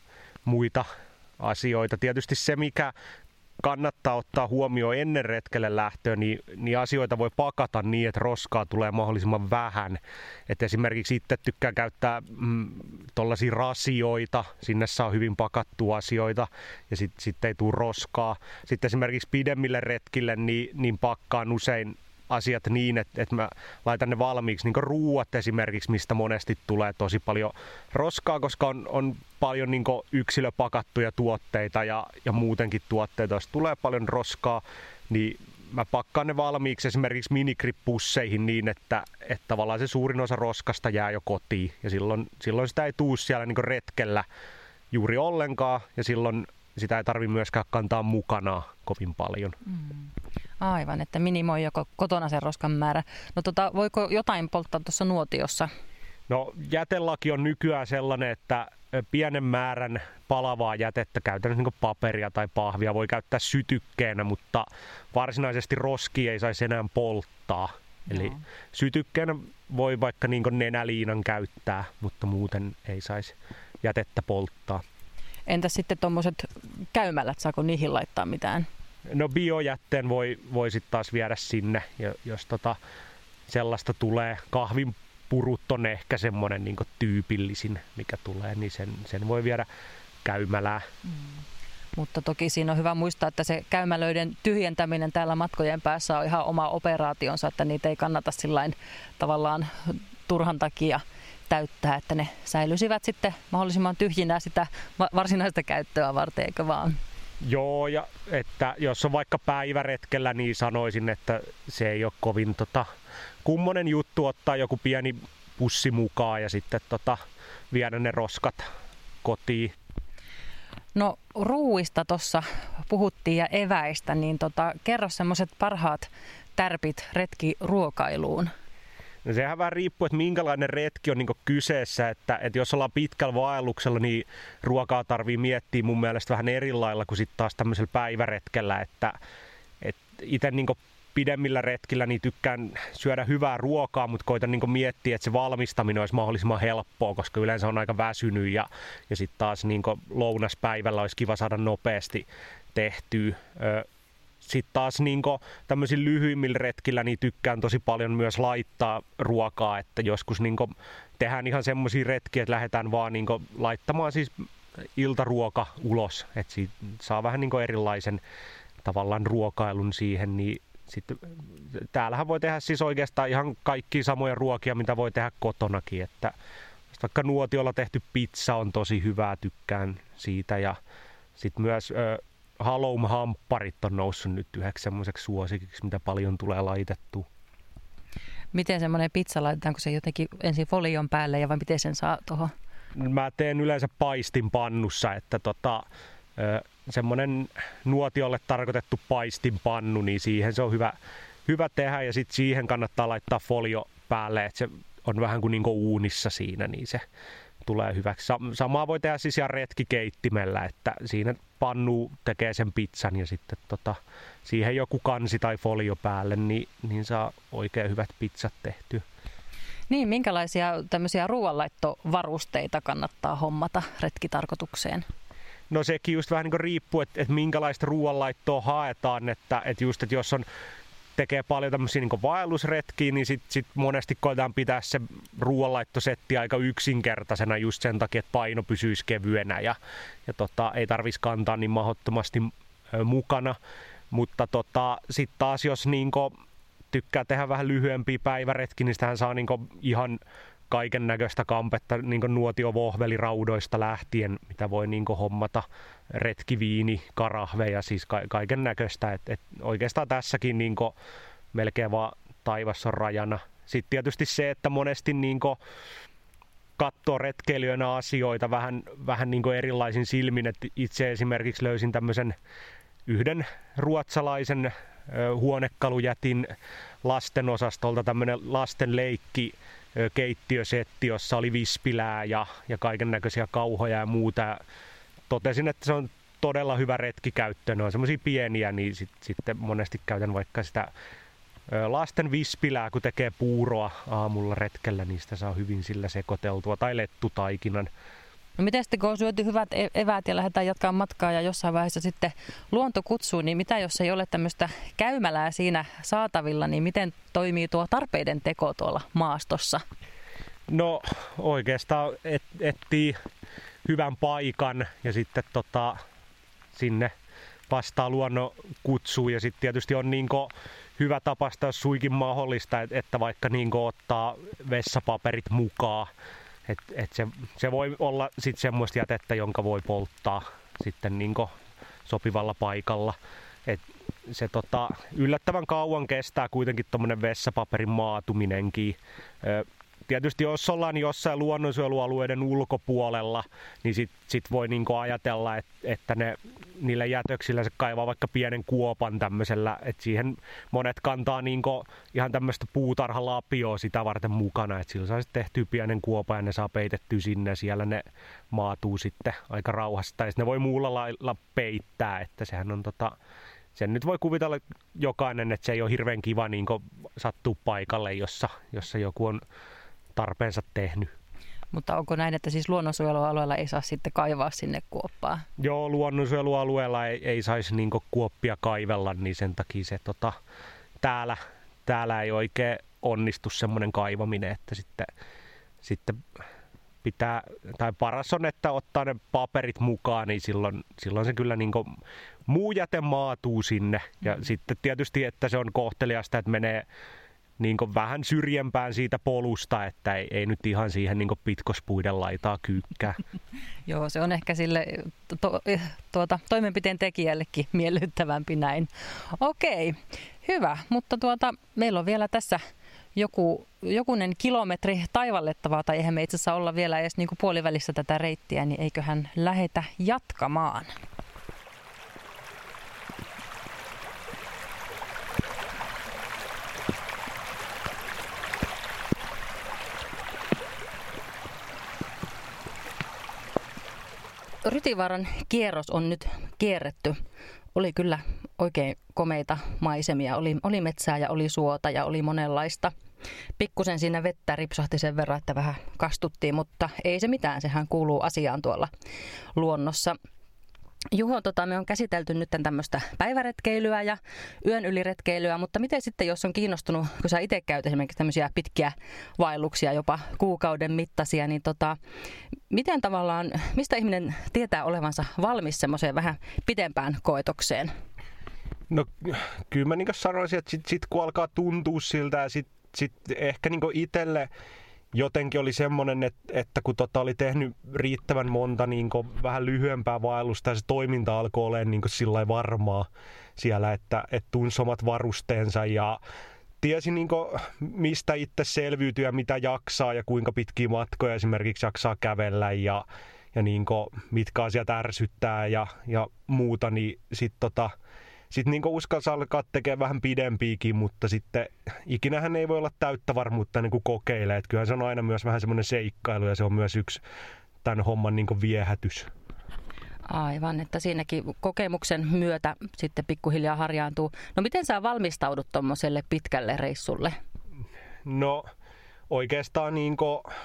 muita asioita. Tietysti se, mikä kannattaa ottaa huomioon ennen retkelle lähtöä, niin, niin asioita voi pakata niin, että roskaa tulee mahdollisimman vähän. Et esimerkiksi itse tykkään käyttää mm, tuollaisia rasioita, sinne saa hyvin pakattua asioita ja sitten sit ei tule roskaa. Sitten esimerkiksi pidemmille retkille niin, niin pakkaan usein asiat niin, että, että mä laitan ne valmiiksi, niin kuin ruuat esimerkiksi, mistä monesti tulee tosi paljon roskaa, koska on, on paljon niin kuin yksilöpakattuja tuotteita ja, ja muutenkin tuotteita, jos tulee paljon roskaa, niin mä pakkaan ne valmiiksi esimerkiksi minigrippusseihin niin, että, että tavallaan se suurin osa roskasta jää jo kotiin ja silloin, silloin sitä ei tuu siellä niin kuin retkellä juuri ollenkaan ja silloin sitä ei tarvitse myöskään kantaa mukana kovin paljon. Mm. Aivan, että minimoi joko kotona sen roskan määrä. No tota, voiko jotain polttaa tuossa nuotiossa? No jätelaki on nykyään sellainen, että pienen määrän palavaa jätettä, käytännössä niin kuin paperia tai pahvia, voi käyttää sytykkeenä, mutta varsinaisesti roskia ei saisi enää polttaa. Eli Joo. sytykkeenä voi vaikka niin kuin nenäliinan käyttää, mutta muuten ei saisi jätettä polttaa. Entäs sitten tuommoiset käymälät, saako niihin laittaa mitään? No biojätteen voi, voi sitten taas viedä sinne, jos tota, sellaista tulee. Kahvin purut on ehkä semmoinen niin kuin tyypillisin, mikä tulee, niin sen, sen voi viedä käymälään. Mm. Mutta toki siinä on hyvä muistaa, että se käymälöiden tyhjentäminen täällä matkojen päässä on ihan oma operaationsa, että niitä ei kannata sillain tavallaan turhan takia täyttää, että ne säilyisivät sitten mahdollisimman tyhjinä sitä varsinaista käyttöä varten, eikö vaan? Joo, ja että jos on vaikka päiväretkellä, niin sanoisin, että se ei ole kovin tota, kummonen juttu ottaa joku pieni pussi mukaan ja sitten tota, viedä ne roskat kotiin. No ruuista tuossa puhuttiin ja eväistä, niin tota, kerro semmoiset parhaat tärpit retkiruokailuun. No sehän vähän riippuu, että minkälainen retki on niin kyseessä, että, että jos ollaan pitkällä vaelluksella, niin ruokaa tarvii miettiä mun mielestä vähän eri lailla kuin sitten taas tämmöisellä päiväretkellä, että, että itse niin pidemmillä retkillä niin tykkään syödä hyvää ruokaa, mutta koitan niin miettiä, että se valmistaminen olisi mahdollisimman helppoa, koska yleensä on aika väsynyt ja, ja sitten taas niin lounaspäivällä olisi kiva saada nopeasti tehtyä. Sitten taas niin tämmöisillä lyhyimmillä retkillä niin tykkään tosi paljon myös laittaa ruokaa, että joskus niin tehdään ihan semmoisia retkiä, että lähdetään vaan niin laittamaan siis iltaruoka ulos, että siitä saa vähän niin erilaisen tavallaan ruokailun siihen, niin sitten täällähän voi tehdä siis oikeastaan ihan kaikkia samoja ruokia, mitä voi tehdä kotonakin, että vaikka nuotiolla tehty pizza on tosi hyvää, tykkään siitä ja sitten myös ö, Halloum-hampparit on noussut nyt yhdeksi semmoiseksi suosikiksi, mitä paljon tulee laitettua. Miten semmoinen pizza laitetaanko se jotenkin ensin folion päälle ja vai miten sen saa tuohon? Mä teen yleensä paistinpannussa, että tota, semmoinen nuotiolle tarkoitettu paistinpannu, niin siihen se on hyvä, hyvä tehdä ja sitten siihen kannattaa laittaa folio päälle, että se on vähän kuin niinku uunissa siinä, niin se tulee hyväksi. Samaa voi tehdä siis ihan retkikeittimellä, että siinä pannu tekee sen pizzan ja sitten tota, siihen joku kansi tai folio päälle, niin, niin saa oikein hyvät pizzat tehtyä. Niin, minkälaisia tämmöisiä ruoanlaittovarusteita kannattaa hommata retkitarkoitukseen? No sekin just vähän niin kuin riippuu, että, että minkälaista ruoanlaittoa haetaan, että, että just, että jos on tekee paljon tämmöisiä niin vaellusretkiä, niin sitten sit monesti koetaan pitää se ruoanlaittosetti aika yksinkertaisena just sen takia, että paino pysyisi kevyenä ja, ja tota, ei tarvitsisi kantaa niin mahdottomasti ö, mukana. Mutta tota, sitten taas jos niin tykkää tehdä vähän lyhyempiä päiväretkiä, niin sitähän saa niin ihan kaiken näköistä kampetta niin nuotiovohveliraudoista lähtien, mitä voi niin hommata, retkiviini, karahveja, siis ka- kaiken näköistä. Et, et oikeastaan tässäkin niin melkein vaan taivas on rajana. Sitten tietysti se, että monesti niin katsoo retkeilijöinä asioita vähän, vähän niin erilaisin silmin. Et itse esimerkiksi löysin tämmöisen yhden ruotsalaisen ö, huonekalujätin lasten osastolta, tämmöinen lasten leikki, keittiösetti, jossa oli vispilää ja, ja kaiken näköisiä kauhoja ja muuta. Totesin, että se on todella hyvä retkikäyttö. Ne on semmoisia pieniä, niin sit, sitten monesti käytän vaikka sitä lasten vispilää, kun tekee puuroa aamulla retkellä, niin sitä saa hyvin sillä sekoiteltua, tai lettutaikinan. No miten sitten, kun on syöty hyvät eväät ja lähdetään jatkamaan matkaa ja jossain vaiheessa sitten luonto kutsuu, niin mitä jos ei ole tämmöistä käymälää siinä saatavilla, niin miten toimii tuo tarpeiden teko tuolla maastossa? No oikeastaan et, etsii hyvän paikan ja sitten tota, sinne vastaa luonnon kutsuu ja sitten tietysti on niinku hyvä tapasta, jos suikin mahdollista, että, että vaikka niinku ottaa vessapaperit mukaan. Et, et se, se voi olla sitten semmoista jätettä, jonka voi polttaa sitten niinku sopivalla paikalla. Et se tota, yllättävän kauan kestää kuitenkin tuommoinen vessapaperin maatuminenkin. tietysti jos ollaan jossain luonnonsuojelualueiden ulkopuolella, niin sit, sit voi niinku ajatella, et, että ne, niillä jätöksillä se kaivaa vaikka pienen kuopan tämmöisellä, että siihen monet kantaa niinku ihan tämmöistä puutarhalapioa sitä varten mukana, että sillä saa sitten tehtyä pienen kuopan ja ne saa peitettyä sinne ja siellä ne maatuu sitten aika rauhassa. Ja ne voi muulla lailla peittää, että sehän on tota, sen nyt voi kuvitella jokainen, että se ei ole hirveän kiva niin sattua paikalle, jossa, jossa joku on tarpeensa tehnyt. Mutta onko näin, että siis luonnonsuojelualueella ei saa sitten kaivaa sinne kuoppaa? Joo, luonnonsuojelualueella ei, ei saisi niin kuoppia kaivella, niin sen takia se tota, täällä, täällä ei oikein onnistu semmoinen kaivaminen, että sitten, sitten pitää, tai paras on, että ottaa ne paperit mukaan, niin silloin, silloin se kyllä niin kuin muu jäte maatuu sinne. Ja mm. sitten tietysti, että se on kohteliasta, että menee niin kuin vähän syrjempään siitä polusta, että ei, ei nyt ihan siihen niin kuin pitkospuiden laitaa kyykkää. Joo, se on ehkä sille to, tuota, toimenpiteen tekijällekin miellyttävämpi näin. Okei, hyvä, mutta tuota, meillä on vielä tässä joku, jokunen kilometri taivallettavaa, tai eihän me itse asiassa olla vielä edes niin kuin puolivälissä tätä reittiä, niin eiköhän lähetä jatkamaan. Rytivaaran kierros on nyt kierretty. Oli kyllä oikein komeita maisemia. Oli, oli metsää ja oli suota ja oli monenlaista. Pikkusen siinä vettä ripsahti sen verran, että vähän kastuttiin, mutta ei se mitään. Sehän kuuluu asiaan tuolla luonnossa. Juho, tota, me on käsitelty nyt tämmöistä päiväretkeilyä ja yön yliretkeilyä, mutta miten sitten, jos on kiinnostunut, kun sä itse käyt esimerkiksi tämmöisiä pitkiä vaelluksia, jopa kuukauden mittaisia, niin tota, miten tavallaan, mistä ihminen tietää olevansa valmis semmoiseen vähän pitempään koetokseen? No kyllä mä niin sanoisin, että sitten sit, kun alkaa tuntua siltä ja sitten sit ehkä niin itselle jotenkin oli semmoinen, että, että kun tota oli tehnyt riittävän monta niin vähän lyhyempää vaellusta ja se toiminta alkoi olemaan niin sillä varmaa siellä, että, että tunsi omat varusteensa ja tiesi niin mistä itse selviytyy ja mitä jaksaa ja kuinka pitkiä matkoja esimerkiksi jaksaa kävellä ja, ja niin mitkä asiat ärsyttää ja, ja muuta, niin sitten tota, Sitten niin uskalsi alkaa tekemään vähän pidempiäkin, mutta sitten ikinähän ei voi olla täyttä varmuutta ennen kuin kokeilee. Että kyllähän se on aina myös vähän semmoinen seikkailu ja se on myös yksi tämän homman niin viehätys. Aivan, että siinäkin kokemuksen myötä sitten pikkuhiljaa harjaantuu. No miten sä valmistaudut tuommoiselle pitkälle reissulle? No oikeastaan niin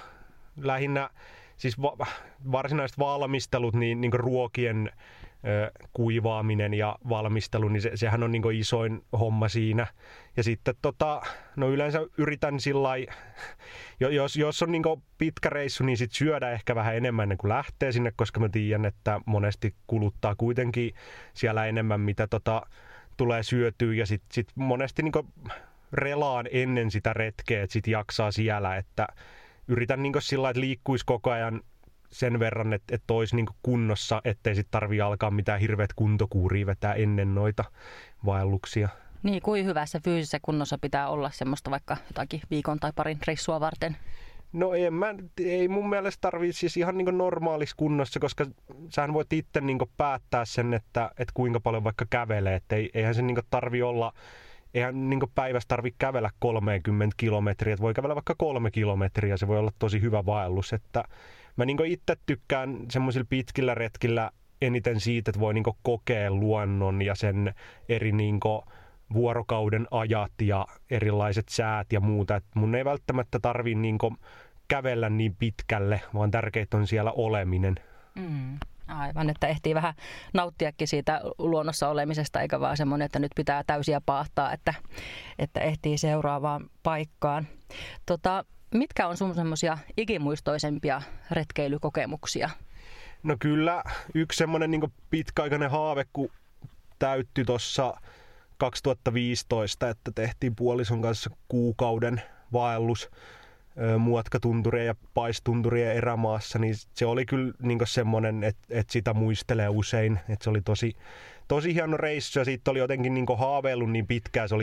lähinnä siis va- varsinaiset valmistelut, niin, niin ruokien kuivaaminen ja valmistelu, niin se, sehän on niin isoin homma siinä. Ja sitten tota, no yleensä yritän sillai, jos, jos on niin pitkä reissu, niin sit syödä ehkä vähän enemmän ennen kuin lähtee sinne, koska mä tiedän, että monesti kuluttaa kuitenkin siellä enemmän, mitä tota, tulee syötyä. Ja sitten sit monesti niin relaan ennen sitä retkeä, että sit jaksaa siellä, että yritän niin sillä että liikkuisi koko ajan sen verran, että, että olisi niin kunnossa, ettei sitten tarvitse alkaa mitään hirveät kuntokuuria vetää ennen noita vaelluksia. Niin, kuin hyvässä fyysisessä kunnossa pitää olla semmoista vaikka jotakin viikon tai parin reissua varten? No en mä, ei mun mielestä tarvitse siis ihan niin normaalissa kunnossa, koska sähän voit itse niin päättää sen, että, että kuinka paljon vaikka kävelee. Että ei, eihän se niin tarvitse olla, eihän niin päivässä tarvitse kävellä kolmekymmentä kilometriä, että voi kävellä vaikka kolme kilometriä, se voi olla tosi hyvä vaellus, että mä niin itse tykkään semmoisilla pitkillä retkillä eniten siitä, että voi niin kokea luonnon ja sen eri niin vuorokauden ajat ja erilaiset säät ja muuta. Et mun ei välttämättä tarvitse niin kävellä niin pitkälle, vaan tärkeintä on siellä oleminen. Mm, aivan, että ehtii vähän nauttiakin siitä luonnossa olemisesta, eikä vaan semmoinen, että nyt pitää täysiä paahtaa, että, että ehtii seuraavaan paikkaan. Tota, mitkä on sun semmoisia ikimuistoisempia retkeilykokemuksia? No kyllä, yksi semmoinen niin pitkäaikainen haave, kun täyttyi tuossa kaksituhattaviisitoista, että tehtiin puolison kanssa kuukauden vaellus Muotkatunturien ja Paistunturien erämaassa, niin se oli kyllä niin semmoinen, että, että sitä muistelee usein, että se oli tosi, tosi hieno reissu ja siitä oli jotenkin niin haaveillut niin pitkään, se oli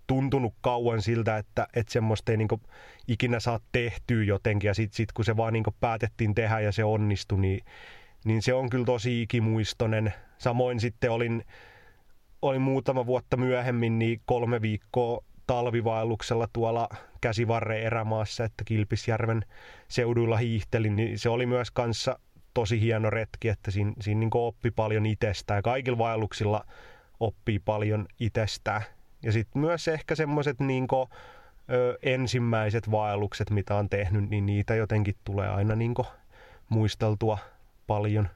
tuntunut kauan siltä, että, että semmoista ei niin kuin ikinä saa tehtyä jotenkin. Ja sitten sit, kun se vaan niin kuin päätettiin tehdä ja se onnistui, niin, niin se on kyllä tosi ikimuistoinen. Samoin sitten olin, olin muutama vuotta myöhemmin niin kolme viikkoa talvivaelluksella tuolla Käsivarren erämaassa, että Kilpisjärven seuduilla hiihtelin, niin se oli myös kanssa tosi hieno retki, että siinä, siinä niin kuin oppi paljon itsestään ja kaikilla vaelluksilla oppii paljon itsestään. Ja sitten myös ehkä semmoiset niin kuin, ö, ensimmäiset vaellukset, mitä on tehnyt, niin niitä jotenkin tulee aina niin kuin muisteltua paljon.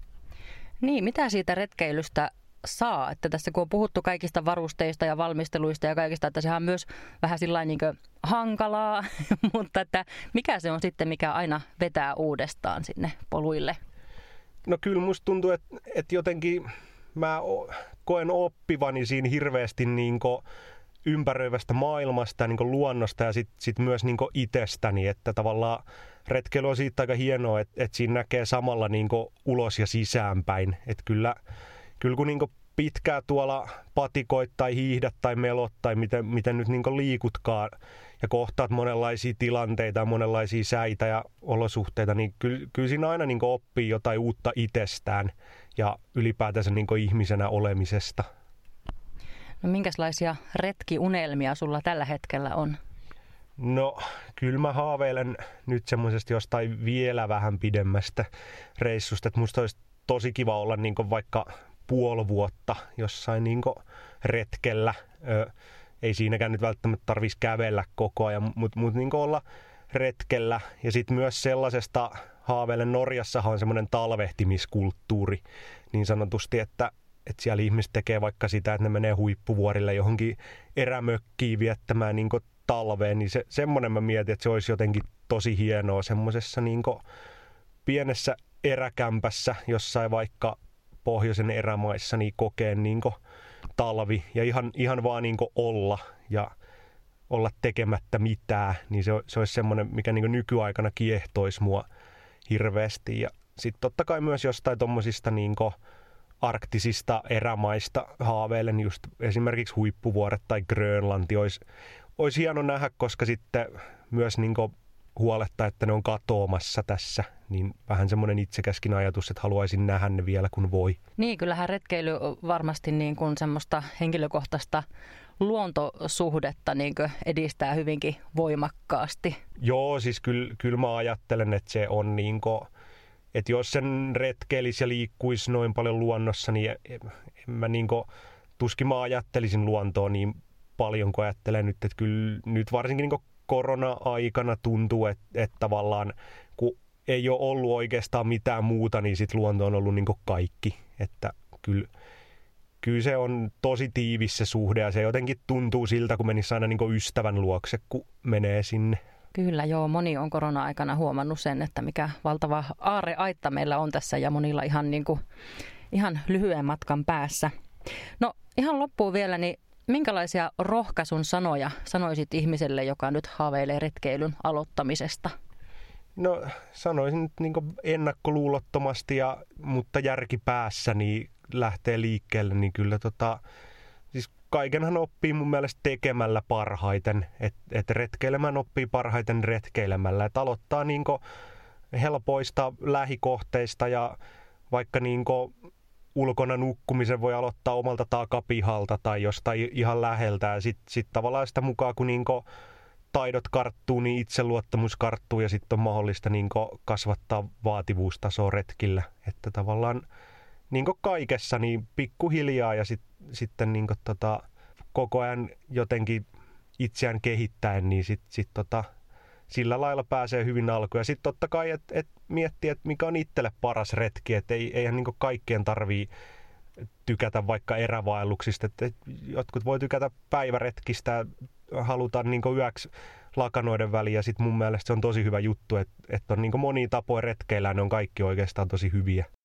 Niin, mitä siitä retkeilystä saa? Että tässä kun on puhuttu kaikista varusteista ja valmisteluista ja kaikista, että sehän on myös vähän sillain niin kuin hankalaa, mutta että mikä se on sitten, mikä aina vetää uudestaan sinne poluille? No kyllä musta tuntuu, että, että jotenkin mä koen oppivani siinä hirveästi niin kuin ympäröivästä maailmasta ja niin kuin luonnosta ja sitten sit myös niin kuin itsestäni, että tavallaan retkeily on siitä aika hienoa, että, että siinä näkee samalla niin kuin ulos ja sisäänpäin, että kyllä, kyllä kun niin kuin pitkää tuolla patikoit tai hiihdät tai melot tai miten, miten nyt niin kuin liikutkaan ja kohtaat monenlaisia tilanteita ja monenlaisia säitä ja olosuhteita, niin kyllä, kyllä siinä aina niin kuin oppii jotain uutta itsestään ja ylipäätänsä niin kuin ihmisenä olemisesta. No minkälaisia retkiunelmia sulla tällä hetkellä on? No kyllä mä haaveilen nyt semmoisesta jostain vielä vähän pidemmästä reissusta, että musta olisi tosi kiva olla niin kuin vaikka puoli vuotta jossain niin kuin retkellä. Ö, ei siinäkään nyt välttämättä tarvitsisi kävellä koko ajan, mutta mut niin kuin olla retkellä. Ja sitten myös sellaisesta haaveilen, Norjassahan on semmoinen talvehtimiskulttuuri niin sanotusti, että, että siellä ihmiset tekee vaikka sitä, että ne menee huippuvuorille johonkin erämökkiin viettämään niin kuin talveen. Niin se, semmoinen mä mietin, että se olisi jotenkin tosi hienoa semmoisessa niin kuin pienessä eräkämpässä jossain vaikka pohjoisen erämaissa niin kokee niin kuin talvi ja ihan, ihan vaan niin kuin olla ja olla tekemättä mitään, niin se, se olisi semmoinen, mikä niin kuin nykyaikana kiehtoisi mua hirveästi. Ja sitten totta kai myös jostain tommosista niin kuin arktisista erämaista haaveilen, just esimerkiksi huippuvuoret tai Grönlanti olisi, olisi hieno nähdä, koska sitten myös niin kuin huolettaa, että ne on katoamassa tässä, niin vähän semmoinen itsekäskin ajatus, että haluaisin nähdä ne vielä kun voi. Niin, kyllähän retkeily varmasti niin kuin semmoista henkilökohtaista luontosuhdetta niin kuin edistää hyvinkin voimakkaasti. Joo, siis kyllä, kyllä mä ajattelen, että se on niin kuin, että jos sen retkeilisi ja liikkuisi noin paljon luonnossa, niin en mä niin kuin, tuskin mä ajattelisin luontoa niin paljon kuin ajattelen nyt, että kyllä nyt varsinkin niin kuin korona-aikana tuntuu, että, että tavallaan kun ei ole ollut oikeastaan mitään muuta, niin sit luonto on ollut niin kuin kaikki. Että kyllä, kyllä se on tosi tiivis se suhde ja se jotenkin tuntuu siltä, kun menisi aina niin kuin ystävän luokse, kun menee sinne. Kyllä joo, moni on korona-aikana huomannut sen, että mikä valtava aarreaitta meillä on tässä ja monilla ihan, niin kuin, ihan lyhyen matkan päässä. No ihan loppuun vielä, niin minkälaisia rohkaisun sanoja sanoisit ihmiselle, joka nyt haaveilee retkeilyn aloittamisesta? No sanoisin nyt niin kuin ennakkoluulottomasti, ja, mutta järki päässä niin lähtee liikkeelle, niin kyllä tota, siis kaikenhan oppii mun mielestä tekemällä parhaiten, että et retkeilemään oppii parhaiten retkeilemällä, että aloittaa niin kuin helpoista lähikohteista ja vaikka niin kuin ulkona nukkumisen voi aloittaa omalta takapihalta tai jostain ihan läheltä ja sitten sit tavallaan sitä mukaan kun niinku taidot karttuu, niin itseluottamus karttuu ja sitten on mahdollista niinku kasvattaa vaativuustasoa retkillä. Että tavallaan niinku kaikessa niin pikkuhiljaa ja sit, sitten niinku tota, koko ajan jotenkin itseään kehittäen, niin sit, sit tota, sillä lailla pääsee hyvin alkuun. Ja sitten totta kai, että et miettii, että mikä on itselle paras retki. Että ei, eihän niinku kaikkien tarvii tykätä vaikka erävaelluksista. Et, et jotkut voi tykätä päiväretkistä, halutaan niinku yöksi lakanoiden väliin. Ja sitten mun mielestä se on tosi hyvä juttu, että et on niinku monia tapoja retkeillä, ne on kaikki oikeastaan tosi hyviä.